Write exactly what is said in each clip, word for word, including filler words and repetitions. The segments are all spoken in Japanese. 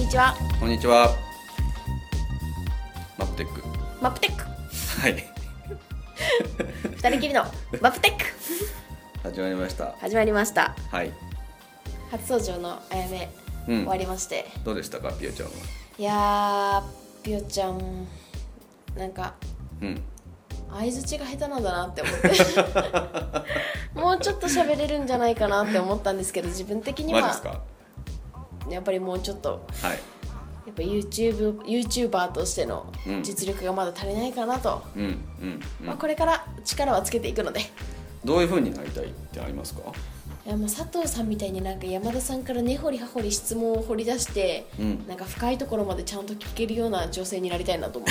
にちは。 こんにちは。マップテック。 マップテック。 はい。 二人きりのマップテック。 始まりました。 始まりました。 はい。 初登場のあやめ、うん、終わりまして。 どうでしたか、ピヨちゃんは。 いやー、ピヨちゃん、なんか、うん。相づちが下手なんだなって思ってもうちょっと喋れるんじゃないかなって思ったんですけど、自分的にはマジですか？ やっぱりもうちょっと、はい、やっぱ YouTube、YouTuber としての実力がまだ足りないかなと、うんうんうんまあ、これから力はつけていくので。 どういう風になりたいってありますか？ いやもう佐藤さんみたいになんか山田さんから根掘り葉掘り質問を掘り出して、うん、なんか深いところまでちゃんと聞けるような女性になりたいなと思い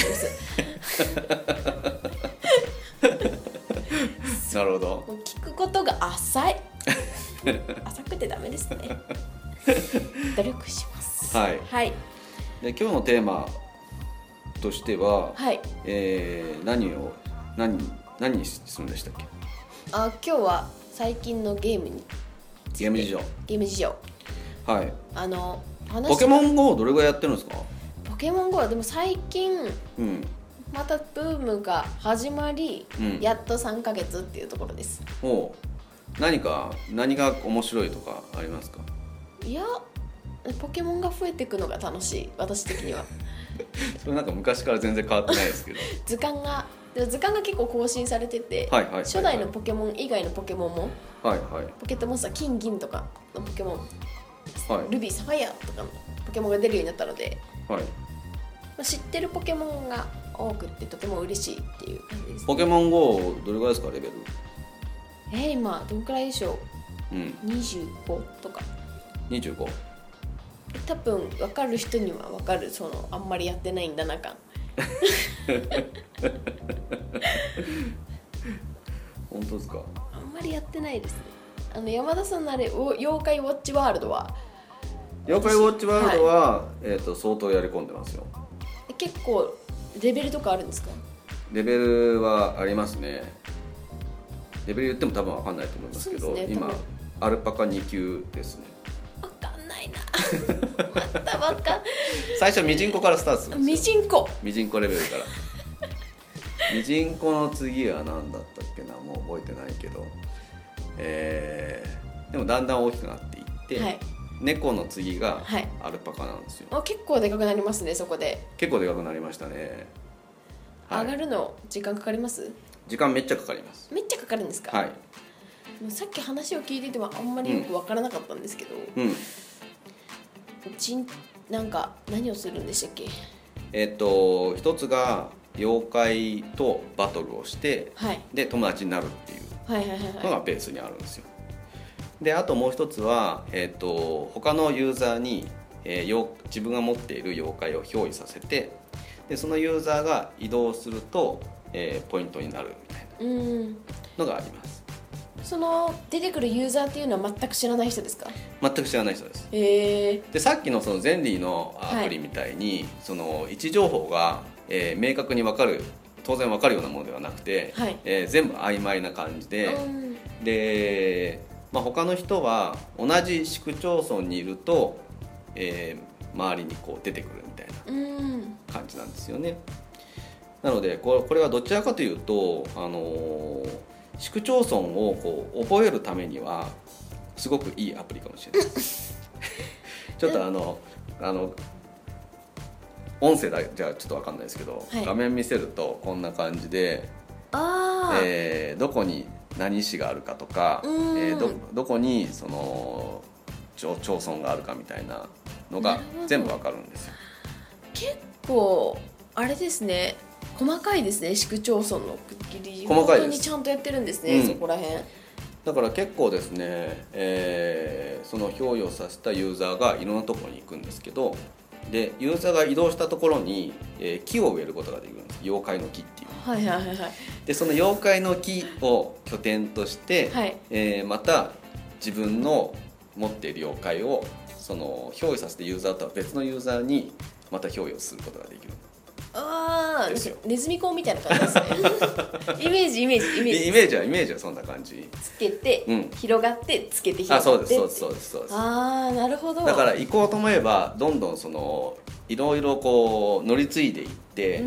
ますなるほど。 もう聞くことが浅い浅くてダメですね努力しますはい、はい、で今日のテーマとしては、はいえー、何を何何にするんでしたっけ？ あ今日は最近のゲームにゲーム事情ゲーム事情はいあのポケモン ゴー どれぐらいやってるんですか？ ポケモン ゴー はでも最近、うん、またブームが始まり、うん、やっとさんかげつっていうところです。 お何か何が面白いとかありますか？ いやポケモンが増えていくのが楽しい、私的にはそれなんか昔から全然変わってないですけど図鑑が図鑑が結構更新されてて、はいはいはいはい、初代のポケモン以外のポケモンも、はいはい、ポケットモンスター金銀とかのポケモン、はい、ルビーサファイアとかのポケモンが出るようになったので、はいまあ、知ってるポケモンが多くってとても嬉しいっていう感じです、ね、 ポケモン ゴー どれぐらいですかレベル？ えー、今どんくらいでしょう、うん、にじゅうごとかにじゅうご多分分かる人には分かる、そのあんまりやってないんだな感本当ですか？ あんまりやってないですね。あの山田さんのあれ妖怪ウォッチワールドは妖怪ウォッチワールドは、はいえー、と相当やり込んでますよ。 結構レベルとかあるんですか？ レベルはありますね。レベル言っても多分分かんないと思いますけど、ね、今アルパカに級ですね。 分かんないなまた分かん最初ミジンコからスタートするんですよ。 ミジンコミジンコレベルからミジンコの次は何だったっけな、もう覚えてないけど、えー、でもだんだん大きくなっていって、はい、猫の次がアルパカなんですよ、 はい、あ結構でかくなりますね。そこで結構でかくなりましたね、 はい、上がるの時間かかります？ 時間めっちゃかかります。 めっちゃかかるんですか？はい。もうさっき話を聞いててもあんまりよく分からなかったんですけど、うん、ちんなんか何をするんでしたっけ？ えっと一つが妖怪とバトルをして、はい、で友達になるっていうのがベースにあるんですよ。であともう一つは、えー、と他のユーザーに、えー、自分が持っている妖怪を憑依させて、でそのユーザーが移動すると、えー、ポイントになるみたいなのがあります。 その出てくるユーザーっていうのは全く知らない人ですか？ 全く知らない人です。 へー。 でさっきのそのゼンリーのアプリみたいに、はい、その位置情報がえー、明確に分かる当然分かるようなものではなくて、はいえー、全部曖昧な感じで、うん、で、まあ、他の人は同じ市区町村にいると、えー、周りにこう出てくるみたいな感じなんですよね。なのでこれ、これはどちらかというと、あのー、市区町村をこう覚えるためにはすごくいいアプリかもしれないちょっとあのあの音声だじゃあちょっと分かんないですけど、はい、画面見せるとこんな感じで、あ、えー、どこに何市があるかとか、えー、ど, どこにその 町, 町村があるかみたいなのが全部分かるんですよ。 結構あれですね、細かいですね。市区町村の区切り細かいです。 本当にちゃんとやってるんですね、うん、そこら辺だから結構ですね、えー、その憑依をさせたユーザーがいろんなところに行くんですけど、でユーザーが移動したところに、えー、木を植えることができるんです。妖怪の木っていう、 はいはいはい、 でその妖怪の木を拠点として、はいえー、また自分の持っている妖怪をその憑依させてユーザーとは別のユーザーにまた憑依をすることができる。 ああ、ネズミ講みたいな感じですねイメージイメージイメージイメージはイメージはそんな感じ。 つけて、うん、広がってつけて広がって。 あ、そうですそうですそうですそうです。 ああ、なるほど。 だから行こうと思えばどんどんそのいろいろこう乗り継いでいって、うん、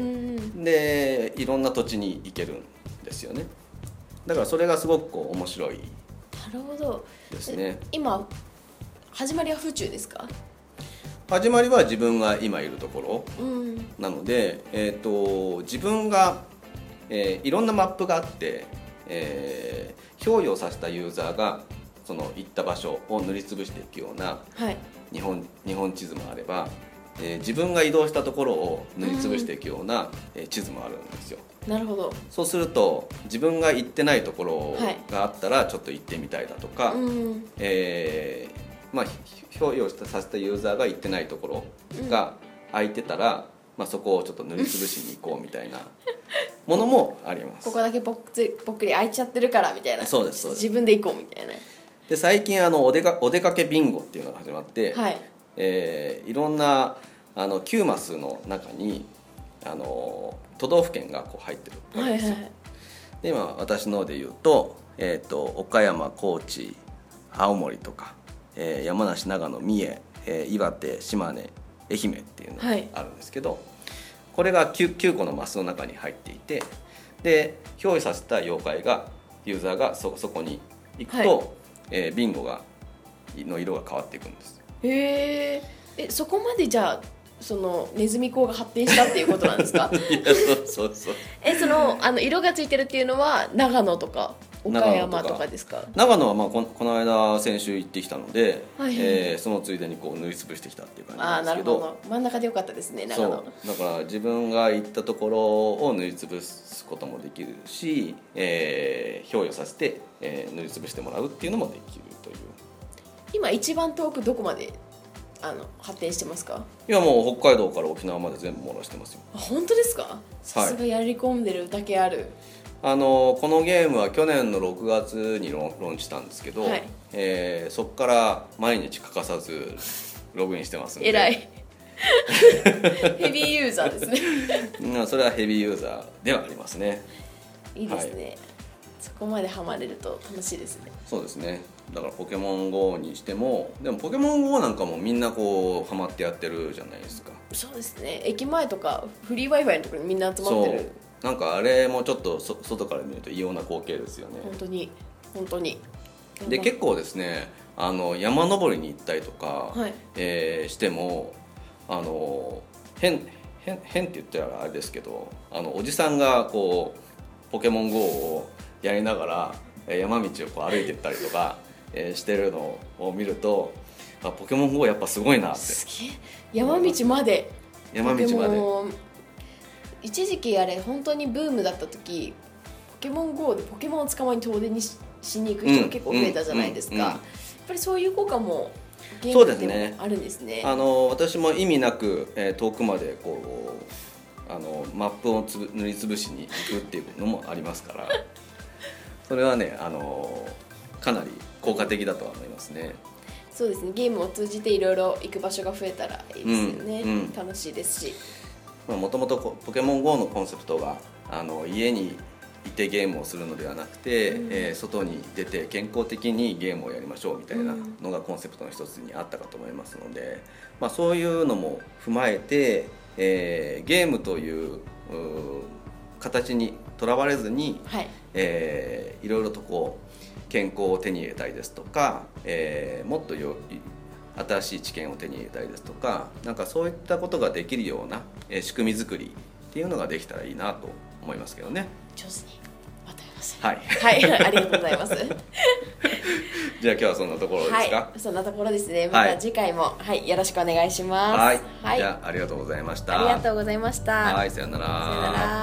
でいろんな土地に行けるんですよね。だからそれがすごくこう面白い。 なるほどですね。 今始まりは府中ですか？ 始まりは自分が今いるところなので、うん、えー、と自分が、えー、いろんなマップがあって、えー、表示をさせたユーザーがその行った場所を塗りつぶしていくような日本、はい、日本地図もあれば、えー、自分が移動したところを塗りつぶしていくような、うん、地図もあるんですよ。 なるほど。 そうすると自分が行ってないところがあったらちょっと行ってみたいだとか、はい、えーまあ、表示をさせたユーザーが行ってないところが空いてたら、うん、まあ、そこをちょっと塗りつぶしに行こうみたいなものもありますここだけぽっつぽっくり空いちゃってるからみたいな。 そうですそうです。 自分で行こうみたいな。 で最近あのお出かお出かけビンゴっていうのが始まって、 はい、 えー、いろんなあのきゅうマスの中にあの都道府県がこう入ってるわけですよ、はいはい、で今私ので言うと、えーと、岡山、高知、青森とか、えー、山梨、長野、三重、えー、岩手、島根、愛媛っていうのがあるんですけど、はい、これが 9, きゅう個のマスの中に入っていて、で表示させた妖怪がユーザーが そ, そこに行くと、はい、えー、ビンゴがの色が変わっていくんです。 へーえ、そこまでじゃあそのネズミ講が発展したっていうことなんですか？ いや、そうそうそう。 え、そのあの色がついてるっていうのは長野とか岡山とかですか？ 長野はまあ こ, この間先週行ってきたので、はいはい、えー、そのついでにこう塗りつぶしてきたっていう感じなんですけど。 あ、なるほど。真ん中でよかったですね、長野。 そうだから自分が行ったところを塗りつぶすこともできるし、えー、表示させて、えー、塗りつぶしてもらうっていうのもできるという。 今一番遠くどこまであの発展してますか？ いや、もう北海道から沖縄まで全部漏らしてますよ。 あ、本当ですか？さすがやり込んでるだけある、はい。 あのこのゲームは去年のろくがつにローンチしたんですけど、はい、えー、そこから毎日欠かさずログインしてますんで。 偉いヘビーユーザーですねそれはヘビーユーザーではありますね。 いいですね、はい、そこまでハマれると楽しいですね。 そうですね。だからポケモン ゴー にしても、でもポケモン ゴー なんかもみんなこうハマってやってるじゃないですか。 そうですね。駅前とかフリー Wi-Fi のところにみんな集まってる。 なんかあれもちょっとそ外から見ると異様な光景ですよね。 本当に本当に。 で結構ですね、あの山登りに行ったりとか、はい、えー、してもあの変変変って言ったらあれですけど、あのおじさんがこうポケモン ゴー をやりながら山道をこう歩いていったりとか、えー、してるのを見ると、あ、ポケモン ゴー やっぱすごいなって。 すげえ。山道まで。 山道まで。 一時期あれ本当にブームだった時、ポケモン ゴー でポケモンを捕まえに遠出に し, しに行く人が結構増えたじゃないですか、うんうんうんうん、やっぱりそういう効果もゲームでもあるんですね。 あの私も意味なく、えー、遠くまでこうあのマップをつぶ塗りつぶしに行くっていうのもありますからそれはね、あのかなり効果的だとは思いますね。 そうですね。ゲームを通じていろいろ行く場所が増えたらいいですよね、うんうん、楽しいですし。 もともとポケモン ゴー のコンセプトがあの家にいてゲームをするのではなくて、うん、えー、外に出て健康的にゲームをやりましょうみたいなのがコンセプトの一つにあったかと思いますので、まあ、そういうのも踏まえて、えー、ゲームという、う形にとらわれずに、はい、えー、いろいろとこう健康を手に入れたいですとか、えー、もっとよ新しい知見を手に入れたいですとか、なんかそういったことができるような仕組み作りっていうのができたらいいなと思いますけどね。 上手にまとめます。 はい、 はい、ありがとうございますじゃあ今日はそんなところですか？ はい、そんなところですね。また次回も、はい、よろしくお願いします。 はい、はい、じゃあありがとうございました。 ありがとうございました。 はい、さよなら。 さよなら。